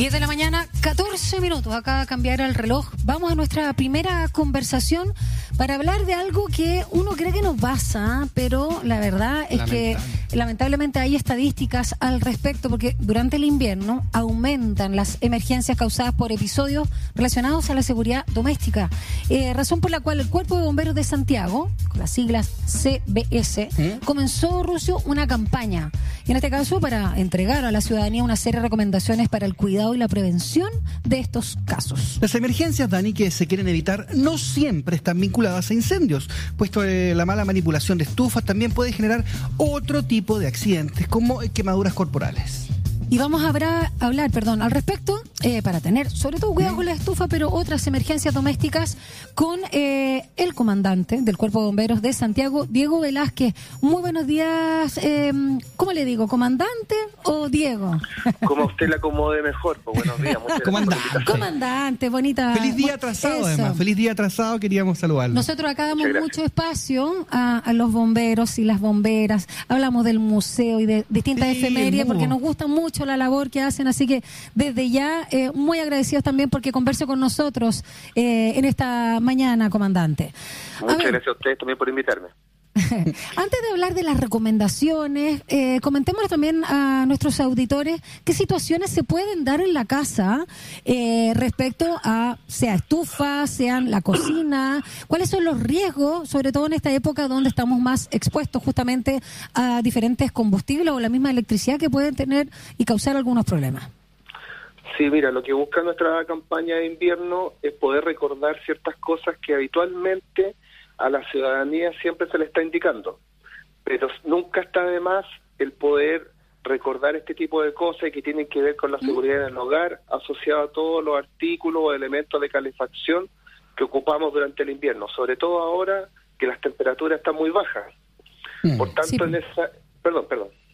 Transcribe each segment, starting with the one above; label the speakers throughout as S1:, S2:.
S1: 10 de la mañana, 14 minutos. Acaba de cambiar el reloj. Vamos a nuestra primera conversación para hablar de algo que uno cree que nos pasa, pero la verdad es que lamentablemente hay estadísticas al respecto, porque durante el invierno aumentan las emergencias causadas por episodios relacionados a la seguridad doméstica. Razón por la cual el Cuerpo de Bomberos de Santiago, con las siglas CBS, comenzó, Rucio, una campaña. Y en este caso para entregar a la ciudadanía una serie de recomendaciones para el cuidado y la prevención de estos casos.
S2: Las emergencias, Dani, que se quieren evitar no siempre están vinculadas a incendios, puesto que la mala manipulación de estufas también puede generar otro tipo de accidentes, como quemaduras corporales.
S1: Y vamos a hablar al respecto, para tener sobre todo cuidado con la estufa, pero otras emergencias domésticas, con el comandante del Cuerpo de Bomberos de Santiago, Diego Velázquez. Muy buenos días. ¿Cómo le digo? ¿Comandante o Diego?
S3: Como usted la acomode mejor. Pues buenos días.
S1: Comandante, bonita.
S2: Feliz día atrasado, además. Feliz día atrasado, queríamos saludarlo.
S1: Nosotros acá damos mucho espacio a los bomberos y las bomberas. Hablamos del museo y de distintas efemérides, porque nos gusta mucho la labor que hacen, así que desde ya muy agradecidos también porque converse con nosotros en esta mañana, comandante.
S3: Muchas gracias a ustedes también por invitarme.
S1: Antes de hablar de las recomendaciones, comentémosle también a nuestros auditores qué situaciones se pueden dar en la casa respecto a, sea estufa, sean la cocina, cuáles son los riesgos, sobre todo en esta época donde estamos más expuestos justamente a diferentes combustibles o la misma electricidad que pueden tener y causar algunos problemas.
S3: Sí, mira, lo que busca nuestra campaña de invierno es poder recordar ciertas cosas que habitualmente a la ciudadanía siempre se le está indicando, pero nunca está de más el poder recordar este tipo de cosas que tienen que ver con la seguridad del hogar, asociado a todos los artículos o elementos de calefacción que ocupamos durante el invierno, sobre todo ahora que las temperaturas están muy bajas. Por tanto, sí. Perdón.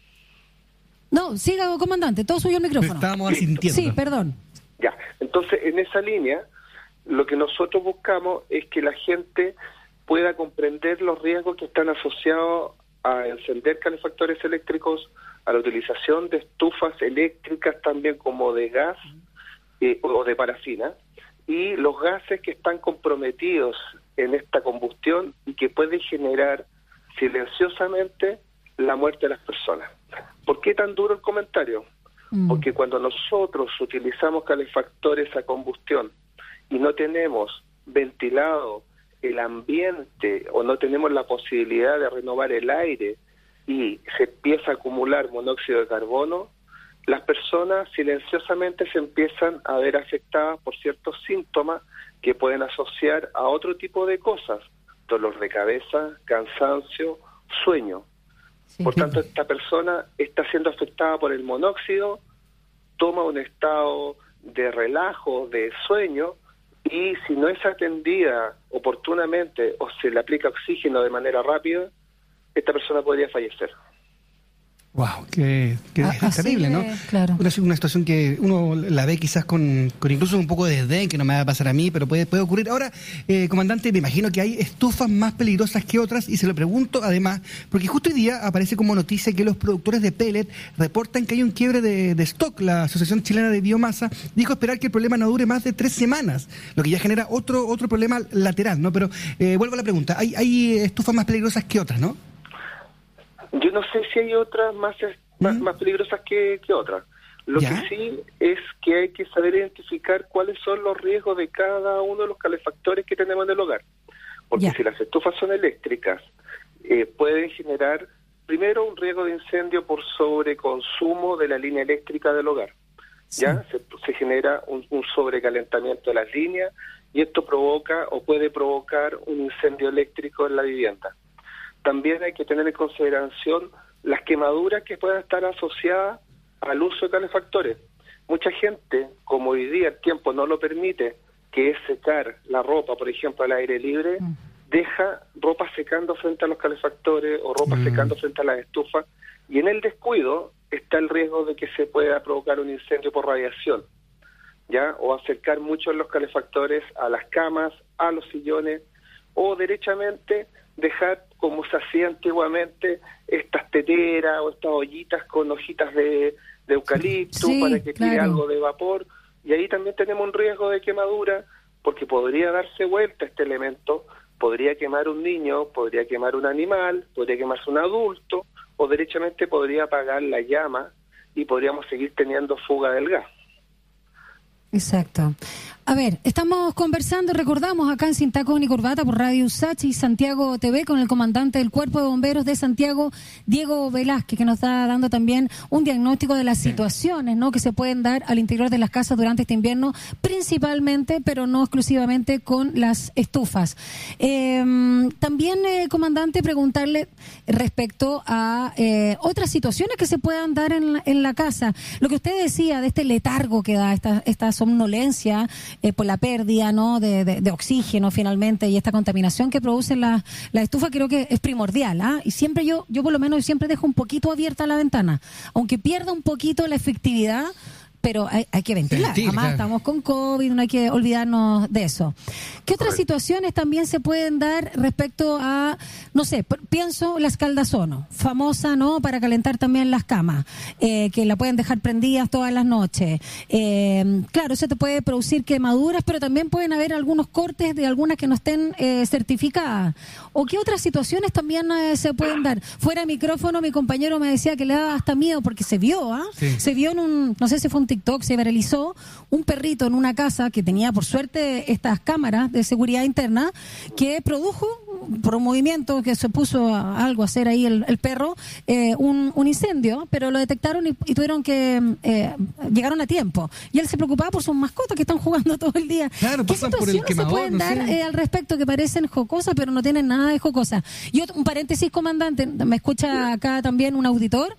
S1: No, siga, comandante, todo suyo el micrófono.
S2: Estábamos asintiendo.
S1: Sí, perdón.
S3: Ya, entonces en esa línea, lo que nosotros buscamos es que la gente pueda comprender los riesgos que están asociados a encender calefactores eléctricos, a la utilización de estufas eléctricas también como de gas o de parafina, y los gases que están comprometidos en esta combustión y que pueden generar silenciosamente la muerte de las personas. ¿Por qué tan duro el comentario? Porque cuando nosotros utilizamos calefactores a combustión y no tenemos ventilado el ambiente o no tenemos la posibilidad de renovar el aire y se empieza a acumular monóxido de carbono, las personas silenciosamente se empiezan a ver afectadas por ciertos síntomas que pueden asociar a otro tipo de cosas: dolor de cabeza, cansancio, sueño. Por tanto, esta persona está siendo afectada por el monóxido, toma un estado de relajo, de sueño, y si no es atendida oportunamente o se le aplica oxígeno de manera rápida, esta persona podría fallecer.
S2: Wow, qué terrible, ¿no?
S1: Claro.
S2: Una situación que uno la ve quizás con incluso un poco de desdén, que no me va a pasar a mí, pero puede ocurrir. Ahora, comandante, me imagino que hay estufas más peligrosas que otras, y se lo pregunto además, porque justo hoy día aparece como noticia que los productores de pellet reportan que hay un quiebre de stock. La Asociación Chilena de Biomasa dijo esperar que el problema no dure más de 3 semanas, lo que ya genera otro problema lateral, ¿no? Pero vuelvo a la pregunta, hay estufas más peligrosas que otras, ¿no?
S3: Yo no sé si hay otras más peligrosas que otras. Lo que sí es que hay que saber identificar cuáles son los riesgos de cada uno de los calefactores que tenemos en el hogar. Porque si las estufas son eléctricas, pueden generar, primero, un riesgo de incendio por sobreconsumo de la línea eléctrica del hogar. Sí. Se genera un sobrecalentamiento de las líneas, y esto provoca o puede provocar un incendio eléctrico en la vivienda. También hay que tener en consideración las quemaduras que puedan estar asociadas al uso de calefactores. Mucha gente, como hoy día el tiempo no lo permite, que es secar la ropa, por ejemplo, al aire libre, deja ropa secando frente a los calefactores o ropa secando frente a las estufas, y en el descuido está el riesgo de que se pueda provocar un incendio por radiación, o acercar mucho los calefactores a las camas, a los sillones, o derechamente dejar, como se hacía antiguamente, estas teteras o estas ollitas con hojitas de eucalipto para que tire algo de vapor, y ahí también tenemos un riesgo de quemadura, porque podría darse vuelta este elemento, podría quemar un niño, podría quemar un animal, podría quemarse un adulto, o derechamente podría apagar la llama y podríamos seguir teniendo fuga del gas.
S1: Exacto. A ver, estamos conversando, recordamos, acá en Sin Tacos ni Corbata por Radio USACH y Santiago TV con el comandante del Cuerpo de Bomberos de Santiago, Diego Velázquez, que nos está dando también un diagnóstico de las situaciones, ¿no?, que se pueden dar al interior de las casas durante este invierno, principalmente, pero no exclusivamente, con las estufas. También, comandante, preguntarle respecto a otras situaciones que se puedan dar en la casa. Lo que usted decía de este letargo que da, esta somnolencia, por la pérdida, ¿no?, de oxígeno finalmente, y esta contaminación que produce la estufa, creo que es primordial, ¿ah? Y siempre yo por lo menos siempre dejo un poquito abierta la ventana, aunque pierda un poquito la efectividad, pero hay que ventilar. Además, estamos con COVID, no hay que olvidarnos de eso. ¿Qué otras situaciones también se pueden dar respecto a, no sé, pienso la escaldazono, famosa, ¿no?, para calentar también las camas, que la pueden dejar prendidas todas las noches. Claro, eso te puede producir quemaduras, pero también pueden haber algunos cortes de algunas que no estén certificadas. ¿O qué otras situaciones también se pueden dar? Fuera de micrófono, mi compañero me decía que le daba hasta miedo porque se vio, se vio en no sé si fue un TikTok, se viralizó un perrito en una casa que tenía, por suerte, estas cámaras de seguridad interna, que produjo, por un movimiento que se puso algo a hacer ahí el perro, un incendio, pero lo detectaron y tuvieron que llegaron a tiempo. Y él se preocupaba por sus mascotas que están jugando todo el día.
S2: Claro,
S1: ¿qué situaciones se pueden dar al respecto que parecen jocosas, pero no tienen nada de jocosa? Y un paréntesis, comandante, me escucha acá también un auditor,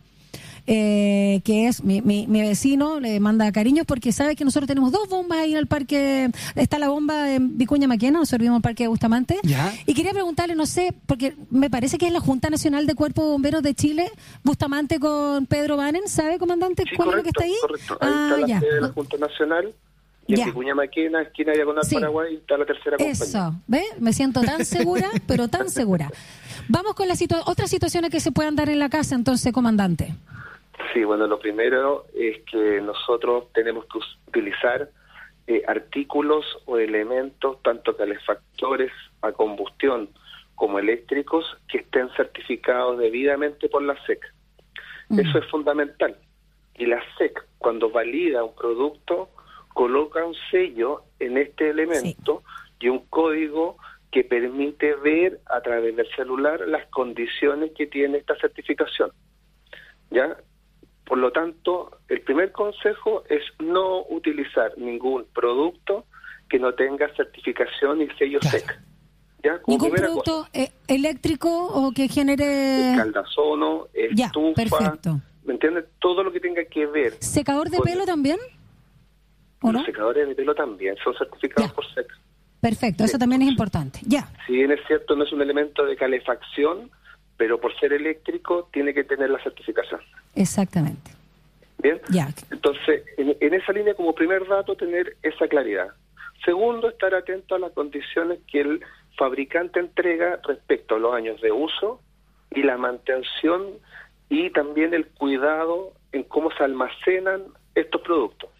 S1: que es mi vecino, le manda cariños porque sabe que nosotros tenemos 2 bombas ahí en el parque. Está la bomba en Vicuña Maquena, nosotros vivimos en el parque de Bustamante. ¿Ya? Y quería preguntarle, no sé, porque me parece que es la Junta Nacional de Cuerpo de Bomberos de Chile, Bustamante con Pedro Banen, ¿sabe, comandante,
S3: sí,
S1: cuál
S3: correcto,
S1: es lo que está ahí?
S3: Correcto, ahí está la sede de la Junta Nacional. Y en Vicuña Maquena, esquina Diagonal Paraguay, está la tercera compañía.
S1: Eso, ¿ves? Me siento tan segura, pero tan segura. Vamos con otras situaciones que se puedan dar en la casa, entonces, comandante.
S3: Sí, bueno, lo primero es que nosotros tenemos que utilizar artículos o elementos, tanto calefactores a combustión como eléctricos, que estén certificados debidamente por la SEC. Eso es fundamental. Y la SEC, cuando valida un producto, coloca un sello en este elemento y un código que permite ver a través del celular las condiciones que tiene esta certificación. ¿Ya? Por lo tanto, el primer consejo es no utilizar ningún producto que no tenga certificación y sello SEC. ¿Ya?
S1: ¿Ningún producto eléctrico o que genere...?
S3: Escaldazono, estufa,
S1: perfecto.
S3: ¿Me entiendes? Todo lo que tenga que ver.
S1: ¿Secador de pelo también? ¿O
S3: los
S1: no?
S3: secadores de pelo también son certificados por SEC.
S1: Perfecto, eso también es importante.
S3: Si bien es cierto, no es un elemento de calefacción, pero por ser eléctrico tiene que tener la certificación.
S1: Exactamente.
S3: Bien, entonces en esa línea, como primer dato, tener esa claridad. Segundo, estar atento a las condiciones que el fabricante entrega respecto a los años de uso y la mantención y también el cuidado en cómo se almacenan estos productos.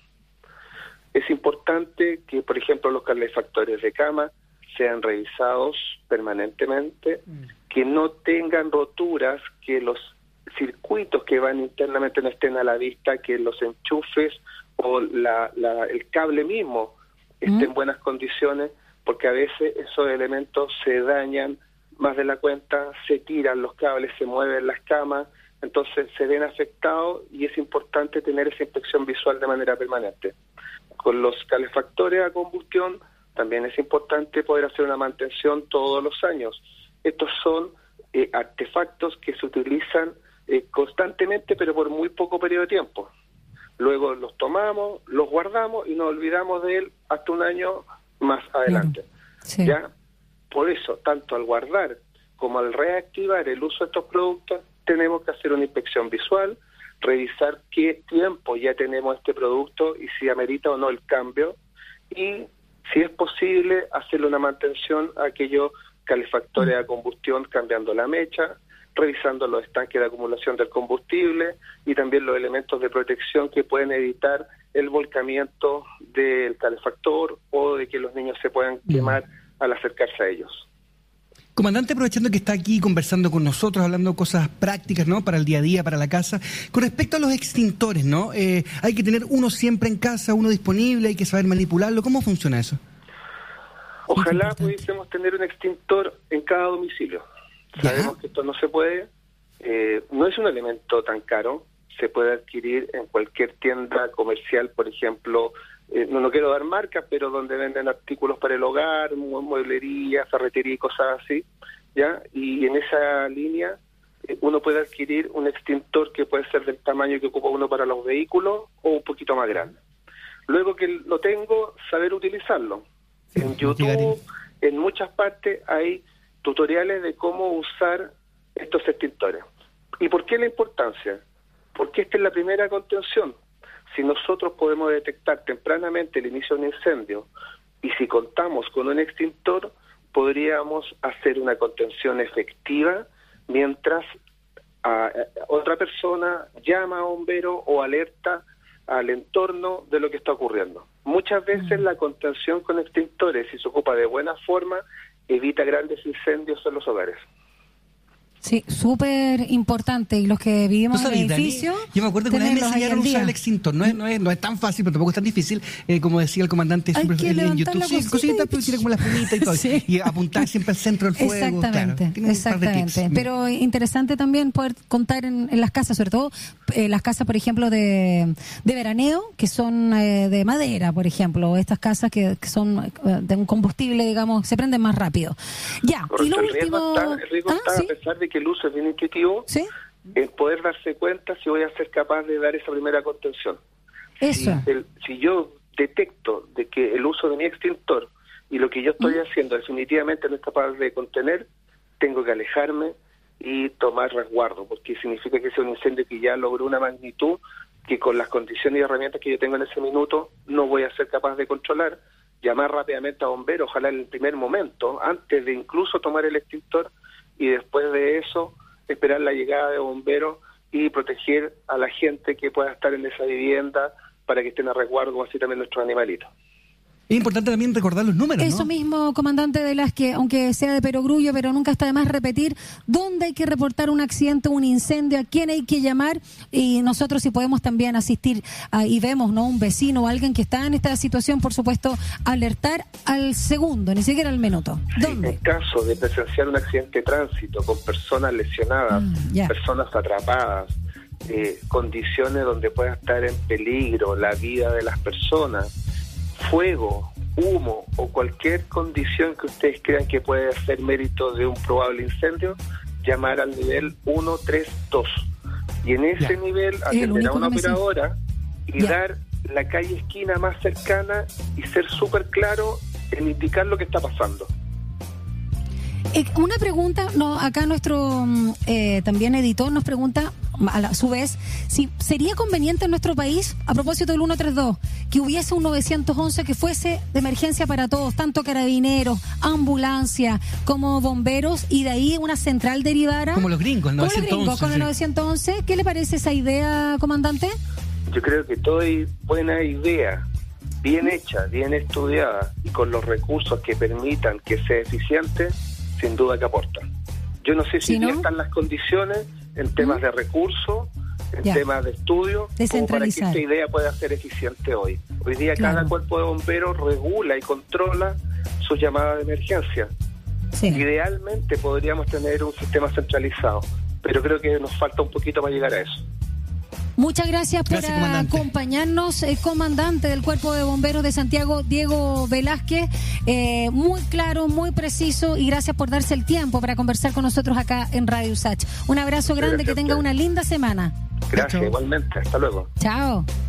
S3: Es importante que, por ejemplo, los calefactores de cama sean revisados permanentemente, que no tengan roturas, que los circuitos que van internamente no estén a la vista, que los enchufes o el cable mismo esté en buenas condiciones, porque a veces esos elementos se dañan más de la cuenta, se tiran los cables, se mueven las camas, entonces se ven afectados y es importante tener esa inspección visual de manera permanente. Con los calefactores a combustión también es importante poder hacer una mantención todos los años. Estos son artefactos que se utilizan constantemente, pero por muy poco periodo de tiempo. Luego los tomamos, los guardamos y nos olvidamos de él hasta un año más adelante. ¿Ya? Por eso, tanto al guardar como al reactivar el uso de estos productos, tenemos que hacer una inspección visual, revisar qué tiempo ya tenemos este producto y si amerita o no el cambio, y si es posible hacerle una mantención a aquellos calefactores a combustión, cambiando la mecha, revisando los estanques de acumulación del combustible y también los elementos de protección que pueden evitar el volcamiento del calefactor o de que los niños se puedan quemar al acercarse a ellos.
S2: Comandante, aprovechando que está aquí conversando con nosotros, hablando cosas prácticas, ¿no?, para el día a día, para la casa, con respecto a los extintores, ¿no? Hay que tener uno siempre en casa, uno disponible, hay que saber manipularlo. ¿Cómo funciona eso?
S3: Ojalá pudiésemos tener un extintor en cada domicilio. Sabemos que esto no se puede, no es un elemento tan caro, se puede adquirir en cualquier tienda comercial, por ejemplo, no quiero dar marcas, pero donde venden artículos para el hogar, mueblería, ferretería y cosas así, ¿ya? Y en esa línea uno puede adquirir un extintor que puede ser del tamaño que ocupa uno para los vehículos o un poquito más grande. Luego que lo tengo, saber utilizarlo. En YouTube, en muchas partes hay tutoriales de cómo usar estos extintores. ¿Y por qué la importancia? Porque esta es la primera contención. Si nosotros podemos detectar tempranamente el inicio de un incendio y si contamos con un extintor, podríamos hacer una contención efectiva mientras otra persona llama a bomberos o alerta al entorno de lo que está ocurriendo. Muchas veces la contención con extintores, si se ocupa de buena forma, evita grandes incendios en los hogares.
S1: Sí, súper importante. Y los que vivimos en el edificio,
S2: yo me acuerdo que una vez me enseñaron a usar el extintor. No es tan fácil, pero tampoco es tan difícil. Como decía el comandante siempre en YouTube. Sí, cositas, pero tiene como la espumita y todo. Sí. Y apuntar siempre al centro del fuego.
S1: Exactamente, claro. Exactamente. Pero interesante también poder contar en las casas, sobre todo las casas, por ejemplo, de veraneo, que son de madera, por ejemplo. Estas casas que son de un combustible, digamos, se prenden más rápido. Ya,
S3: correcto,
S1: y lo último...
S3: El riesgo está, ¿sí?, a pesar de que el uso es bien intuitivo,
S1: ¿sí?,
S3: el poder darse cuenta si voy a ser capaz de dar esa primera contención.
S1: Eso.
S3: Si yo detecto de que el uso de mi extintor y lo que yo estoy haciendo definitivamente no es capaz de contener, tengo que alejarme y tomar resguardo, porque significa que es un incendio que ya logró una magnitud que con las condiciones y herramientas que yo tengo en ese minuto no voy a ser capaz de controlar. Llamar rápidamente a bomberos, ojalá en el primer momento, antes de incluso tomar el extintor, y después de eso esperar la llegada de bomberos y proteger a la gente que pueda estar en esa vivienda para que estén a resguardo, así también nuestros animalitos.
S2: Es importante también recordar los números,
S1: Eso mismo, comandante, de las que, aunque sea de perogrullo, pero nunca está de más repetir, dónde hay que reportar un accidente, un incendio, a quién hay que llamar, y nosotros si podemos también asistir y vemos, ¿no?, un vecino o alguien que está en esta situación, por supuesto, alertar al segundo, ni siquiera al minuto. ¿Dónde?
S3: En caso de presenciar un accidente de tránsito con personas lesionadas, personas atrapadas, condiciones donde pueda estar en peligro la vida de las personas, fuego, humo o cualquier condición que ustedes crean que puede ser mérito de un probable incendio, llamar al nivel 132. Y en ese nivel atender a una operadora y dar la calle esquina más cercana y ser súper claro en indicar lo que está pasando.
S1: Una pregunta, acá nuestro también editor nos pregunta, a su vez, si sería conveniente en nuestro país, a propósito del 132, que hubiese un 911 que fuese de emergencia para todos, tanto carabineros, ambulancia, como bomberos, y de ahí una central derivara.
S2: Como los gringos, el 911.
S1: Con el 911. ¿Qué le parece esa idea, comandante?
S3: Yo creo que toda buena idea, bien hecha, bien estudiada, y con los recursos que permitan que sea eficiente, sin duda que aportan. Yo no sé si ya están las condiciones en temas de recursos, en temas de estudio, como para que esta idea pueda ser eficiente hoy. Hoy día cada cuerpo de bomberos regula y controla sus llamadas de emergencia. Idealmente podríamos tener un sistema centralizado, pero creo que nos falta un poquito para llegar a eso.
S1: Muchas gracias por acompañarnos, comandante del Cuerpo de Bomberos de Santiago, Diego Velázquez. Muy claro, muy preciso, y gracias por darse el tiempo para conversar con nosotros acá en Radio USACH. Un abrazo grande, que tenga una linda semana.
S3: Gracias, igualmente. Hasta luego.
S1: Chao.